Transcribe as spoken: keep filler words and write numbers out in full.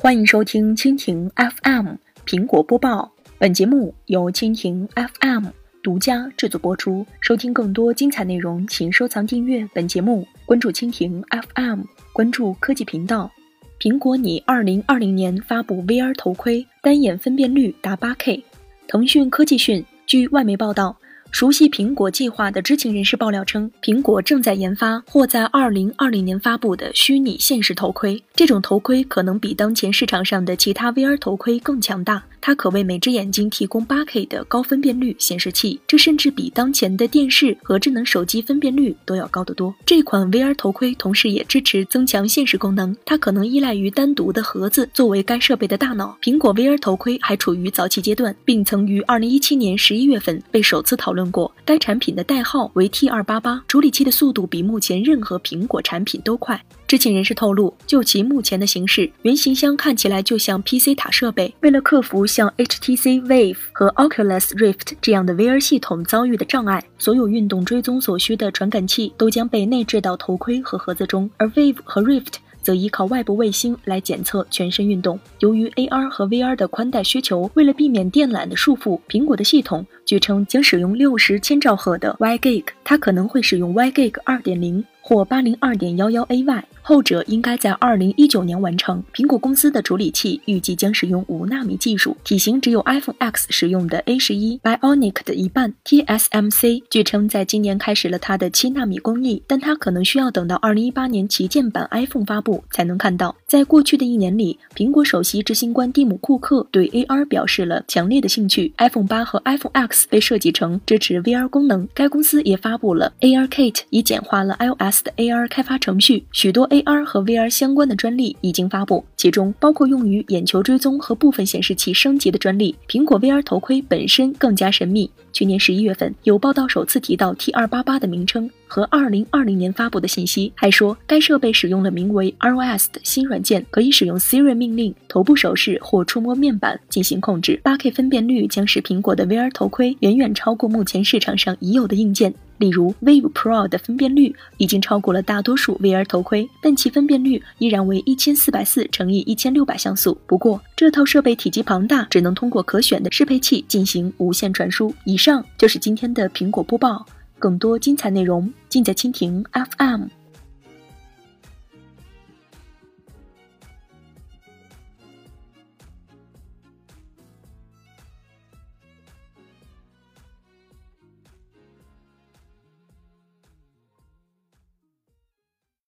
欢迎收听蜻蜓 F M 苹果播报，本节目由蜻蜓 F M 独家制作播出。收听更多精彩内容，请收藏订阅本节目，关注蜻蜓 F M， 关注科技频道。苹果拟二零二零年发布 V R 头盔，单眼分辨率达 八 K。腾讯科技讯，据外媒报道，熟悉苹果计划的知情人士爆料称，苹果正在研发或在二零二零年发布的虚拟现实头盔。这种头盔可能比当前市场上的其他 V R 头盔更强大，它可为每只眼睛提供 八 K 的高分辨率显示器，这甚至比当前的电视和智能手机分辨率都要高得多。这款 V R 头盔同时也支持增强现实功能，它可能依赖于单独的盒子作为该设备的大脑。苹果 V R 头盔还处于早期阶段，并曾于二零一七年十一月份被首次讨论过。该产品的代号为 T 二八八， 处理器的速度比目前任何苹果产品都快。知情人士透露，就其目前的形式，原型箱看起来就像 P C 塔设备。为了克服像 H T C Vive 和 Oculus Rift 这样的 V R 系统遭遇的障碍，所有运动追踪所需的传感器都将被内置到头盔和盒子中，而 Vive 和 Rift则依靠外部卫星来检测全身运动。由于 A R 和 V R 的宽带需求，为了避免电缆的束缚，苹果的系统据称将使用六十千兆赫的 Y Gig， 它可能会使用 Y Gig 二点零 或 八零二点一一 A Y， 后者应该在二零一九年完成。苹果公司的处理器预计将使用五纳米技术，体型只有 iPhone X 使用的 A 十一 Bionic 的一半。 T S M C 据称在今年开始了它的七纳米工艺，但它可能需要等到二零一八年旗舰版 iPhone 发布才能看到。在过去的一年里，苹果首席执行官蒂姆·库克对 A R 表示了强烈的兴趣。 iPhone 八和 iPhone X 被设计成支持 V R 功能，该公司也发布了 A R Kit， 以简化了 iOS 的 A R 开发程序。许多 A R 和 V R 相关的专利已经发布，其中包括用于眼球追踪和部分显示器升级的专利。苹果 V R 头盔本身更加神秘，去年十一月份有报道首次提到 T 二八八 的名称和二零二零年发布的信息，还说该设备使用了名为 R O S 的新软件，可以使用 Siri 命令、头部手势或触摸面板进行控制。 八 K 分辨率将使苹果的 V R 头盔远远超过目前市场上已有的硬件，例如 Vive Pro 的分辨率已经超过了大多数 V R 头盔，但其分辨率依然为一千四百四乘以一千六百像素。不过这套设备体积庞大，只能通过可选的适配器进行无线传输。以上就是今天的苹果播报，更多精彩内容尽在蜻蜓 F M。